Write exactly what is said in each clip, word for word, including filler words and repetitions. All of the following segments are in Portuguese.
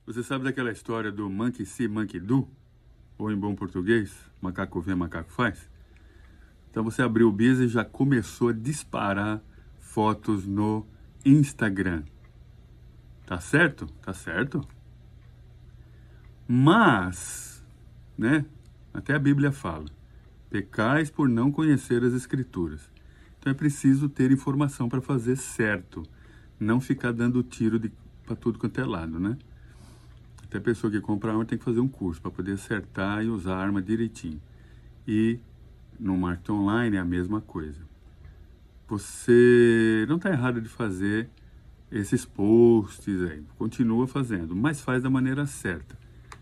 Você sabe daquela história do monkey see, monkey do? Ou em bom português, macaco vê, macaco faz? Então você abriu o Biz e já começou a disparar fotos no Instagram. Tá certo? Tá certo? Mas, né? Até a Bíblia fala, pecais por não conhecer as Escrituras. Então é preciso ter informação para fazer certo. Não ficar dando tiro para tudo quanto é lado, né? Até a pessoa que compra arma tem que fazer um curso para poder acertar e usar a arma direitinho. E no marketing online é a mesma coisa. Você não está errado de fazer esses posts aí. Continua fazendo, mas faz da maneira certa.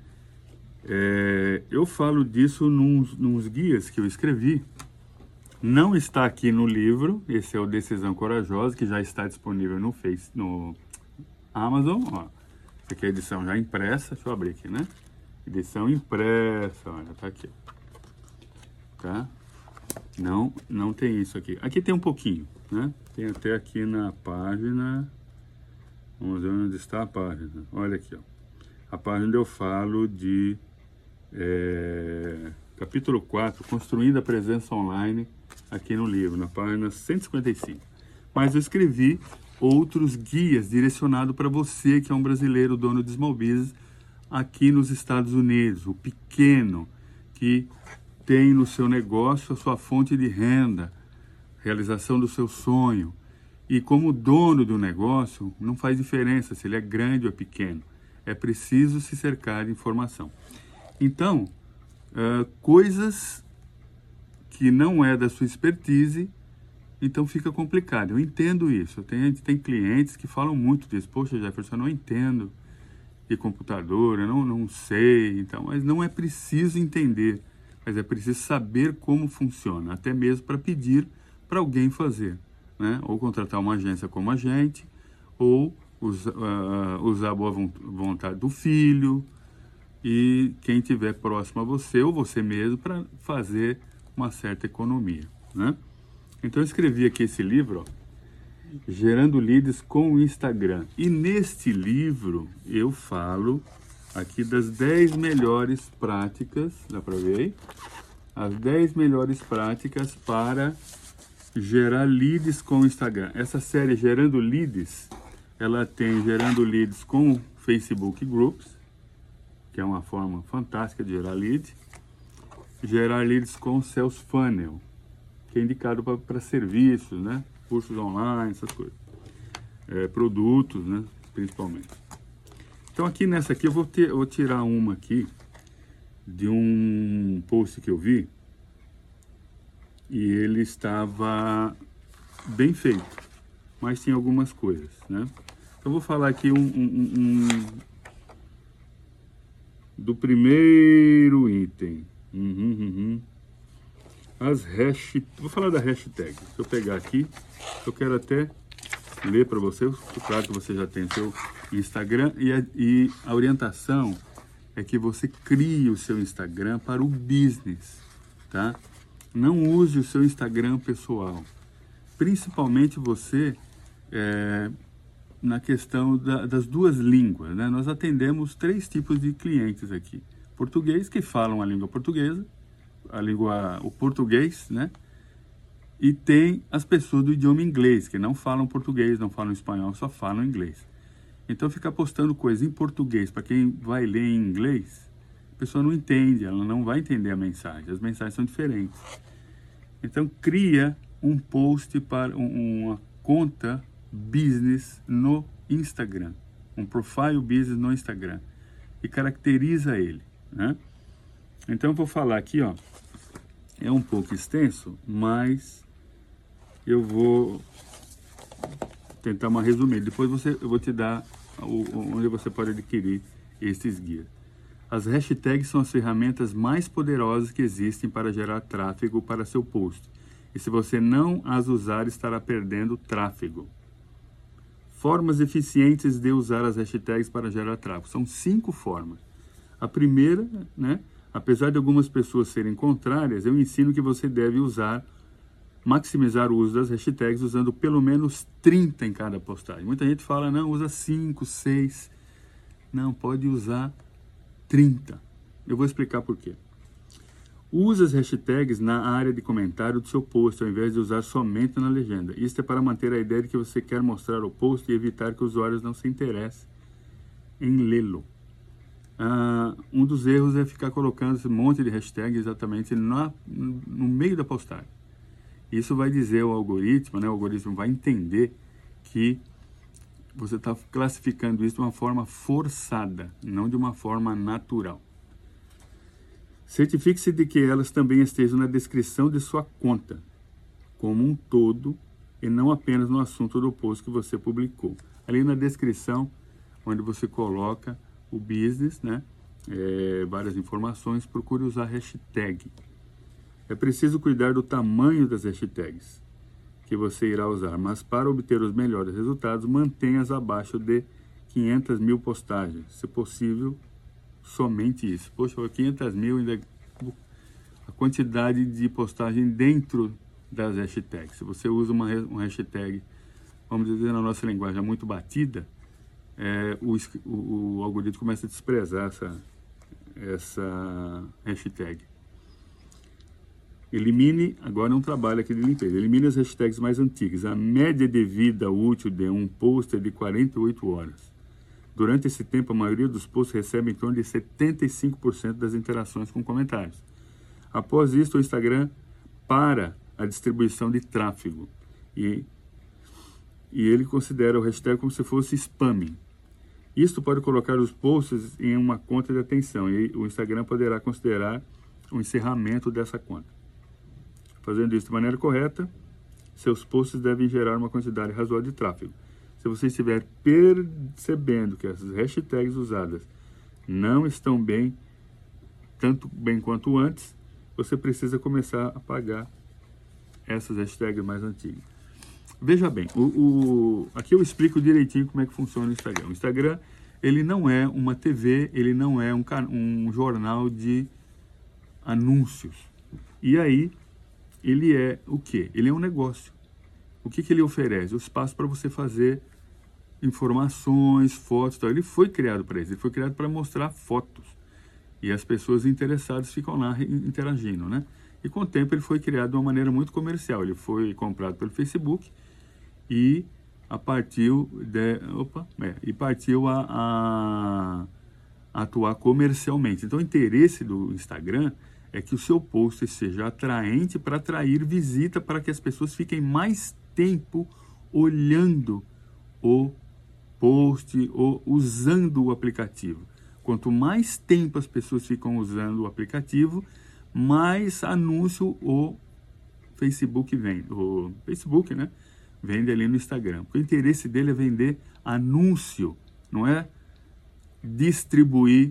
É, eu falo disso nos, nos guias que eu escrevi. Não está aqui no livro. Esse é o Decisão Corajosa, que já está disponível no Face, no Amazon. Ó. Essa aqui é a edição já impressa. Deixa eu abrir aqui, né? Edição impressa. Olha, tá aqui. Tá? Não, não tem isso aqui. Aqui tem um pouquinho, né? Tem até aqui na página. Vamos ver onde está a página. Olha aqui, ó. A página onde eu falo de é, capítulo quatro, Construindo a Presença Online, aqui no livro, na página cento e cinquenta e cinco. Mas eu escrevi outros guias direcionados para você que é um brasileiro dono de small business aqui nos Estados Unidos, o pequeno que tem no seu negócio a sua fonte de renda, realização do seu sonho. E como dono do negócio, não faz diferença se ele é grande ou pequeno. É preciso se cercar de informação. Então, uh, coisas que não é da sua expertise, então fica complicado. Eu entendo isso. Eu tenho, tem clientes que falam muito disso. Poxa, Jefferson, eu não entendo de computador, eu não, não sei. Então, mas não é preciso entender, mas é preciso saber como funciona, até mesmo para pedir para alguém fazer, né? Ou contratar uma agência como a gente, ou usa, uh, usar a boa vontade do filho e quem estiver próximo a você ou você mesmo para fazer uma certa economia, né? Então eu escrevi aqui esse livro, ó, Gerando Leads com o Instagram. E neste livro eu falo aqui das dez melhores práticas, dá para ver aí? As dez melhores práticas para gerar leads com o Instagram. Essa série Gerando Leads, ela tem Gerando Leads com Facebook Groups, que é uma forma fantástica de gerar lead. Gerar leads com Sales Funnel, que é indicado para serviços, né? Cursos online, essas coisas. É, produtos, né? Principalmente. Então aqui nessa aqui eu vou, ter, eu vou tirar uma aqui de um post que eu vi e ele estava bem feito, mas tinha algumas coisas, né? Então eu vou falar aqui um, um, um do primeiro item. Uhum, uhum. As hashtags. Vou falar da hashtag. Se eu pegar aqui, eu quero até ler para você. Claro que você já tem seu Instagram e a, e a orientação é que você crie o seu Instagram para o business, tá? Não use o seu Instagram pessoal, principalmente você é, na questão da, das duas línguas, né? Nós atendemos três tipos de clientes aqui: português, que falam a língua portuguesa, a língua, o português, né? E tem as pessoas do idioma inglês, que não falam português, não falam espanhol, só falam inglês. Então, ficar postando coisa em português para quem vai ler em inglês, a pessoa não entende, ela não vai entender a mensagem. As mensagens são diferentes. Então, cria um post para um, uma conta business no Instagram, um profile business no Instagram, e caracteriza ele, né? Então, eu vou falar aqui, ó, é um pouco extenso, mas eu vou tentar uma resumida. Depois você, eu vou te dar o, onde você pode adquirir esses guias. As hashtags são as ferramentas mais poderosas que existem para gerar tráfego para seu post. E se você não as usar, estará perdendo tráfego. Formas eficientes de usar as hashtags para gerar tráfego. São cinco formas. A primeira, né? Apesar de algumas pessoas serem contrárias, eu ensino que você deve usar, maximizar o uso das hashtags usando pelo menos trinta em cada postagem. Muita gente fala, não, usa cinco, seis. Não, pode usar trinta. Eu vou explicar por quê. Use as hashtags na área de comentário do seu post, ao invés de usar somente na legenda. Isso é para manter a ideia de que você quer mostrar o post e evitar que os usuários não se interessem em lê-lo. Ah, um dos erros é ficar colocando esse monte de hashtag exatamente na, no meio da postagem. Isso vai dizer ao algoritmo, né? O algoritmo vai entender que você está classificando isso de uma forma forçada, não de uma forma natural. Certifique-se de que elas também estejam na descrição de sua conta, como um todo, e não apenas no assunto do post que você publicou. Ali na descrição, onde você coloca o business, né, é, várias informações, procure usar hashtag. É preciso cuidar do tamanho das hashtags que você irá usar, mas para obter os melhores resultados, mantenha-as abaixo de quinhentas mil postagens, se possível, somente isso. Poxa, quinhentas mil, ainda a quantidade de postagem dentro das hashtags. Se você usa uma, uma hashtag, vamos dizer na nossa linguagem, muito batida, é, o, o, o algoritmo começa a desprezar essa, essa hashtag. Elimine, agora é um trabalho aqui de limpeza, elimine as hashtags mais antigas. A média de vida útil de um post é de quarenta e oito horas. Durante esse tempo, a maioria dos posts recebe em torno de setenta e cinco por cento das interações com comentários. Após isso, o Instagram para a distribuição de tráfego e, e ele considera o hashtag como se fosse spamming. Isto pode colocar os posts em uma conta de atenção e o Instagram poderá considerar o encerramento dessa conta. Fazendo isso de maneira correta, seus posts devem gerar uma quantidade razoável de tráfego. Se você estiver percebendo que essas hashtags usadas não estão bem, tanto bem quanto antes, você precisa começar a apagar essas hashtags mais antigas. Veja bem, o, o, aqui eu explico direitinho como é que funciona o Instagram. O Instagram, ele não é uma T V, ele não é um, um jornal de anúncios. E aí, ele é o quê? Ele é um negócio. O que, que ele oferece? O espaço para você fazer informações, fotos, tal. Ele foi criado para isso, ele foi criado para mostrar fotos. E as pessoas interessadas ficam lá interagindo, né? E com o tempo ele foi criado de uma maneira muito comercial. Ele foi comprado pelo Facebook e a partiu de, opa, é, e partiu a, a, a atuar comercialmente. Então o interesse do Instagram é que o seu post seja atraente para atrair visita, para que as pessoas fiquem mais tempo olhando o post ou usando o aplicativo. Quanto mais tempo as pessoas ficam usando o aplicativo, mais anúncio o Facebook vende. O Facebook, né, vende ali no Instagram. O interesse dele é vender anúncio, não é distribuir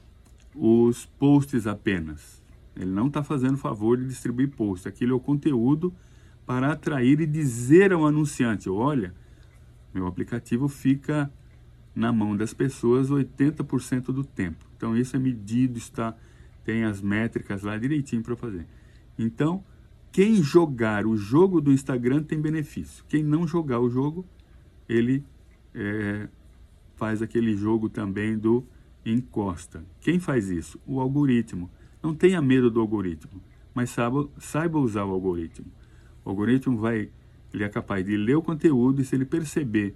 os posts apenas. Ele não está fazendo favor de distribuir posts. Aquilo é o conteúdo para atrair e dizer ao anunciante: olha, meu aplicativo fica na mão das pessoas oitenta por cento do tempo. Então isso é medido, está, tem as métricas lá direitinho para fazer. Então, quem jogar o jogo do Instagram tem benefício. Quem não jogar o jogo, ele é, faz aquele jogo também do encosta. Quem faz isso? O algoritmo. Não tenha medo do algoritmo, mas saiba, saiba usar o algoritmo. O algoritmo vai, ele é capaz de ler o conteúdo e se ele perceber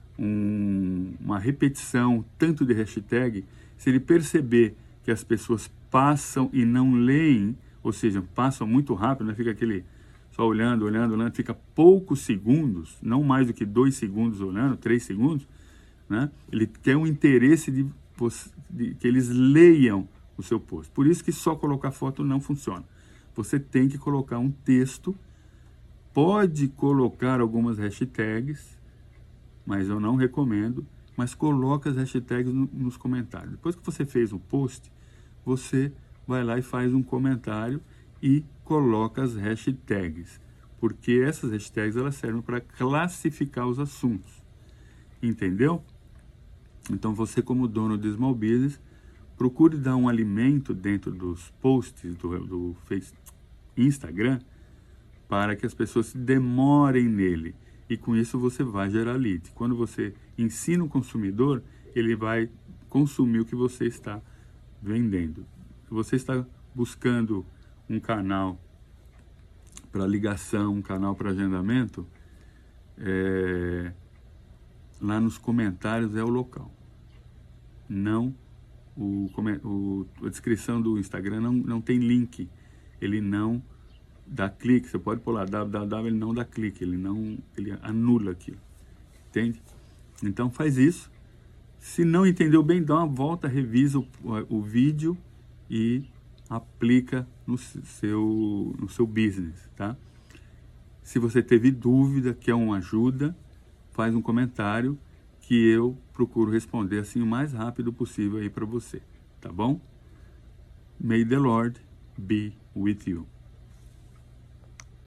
um, uma repetição tanto de hashtag, se ele perceber que as pessoas passam e não leem, ou seja, passam muito rápido, né? Fica aquele só olhando, olhando, olhando, fica poucos segundos, não mais do que dois segundos olhando, três segundos, né? Ele tem um interesse de, de que eles leiam o seu post. Por isso que só colocar foto não funciona. Você tem que colocar um texto, pode colocar algumas hashtags, mas eu não recomendo, mas coloca as hashtags no, nos comentários. Depois que você fez o post, você vai lá e faz um comentário e coloca as hashtags, porque essas hashtags elas servem para classificar os assuntos. Entendeu? Então você, como dono de Small Business, procure dar um alimento dentro dos posts do, do Facebook, Instagram, para que as pessoas se demorem nele. E com isso você vai gerar lead. Quando você ensina o consumidor, ele vai consumir o que você está vendendo. Se você está buscando um canal para ligação, um canal para agendamento, é, lá nos comentários é o local. Não, o, o, a descrição do Instagram não, não tem link, ele não dá clique. Você pode pôr lá www, ele não dá clique, ele não, ele anula aquilo, entende? Então faz isso. Se não entendeu bem, dá uma volta, revisa o, o vídeo e aplica no seu, no seu business, tá? Se você teve dúvida, quer uma ajuda, faz um comentário que eu procuro responder assim o mais rápido possível aí para você, tá bom? May the Lord be with you.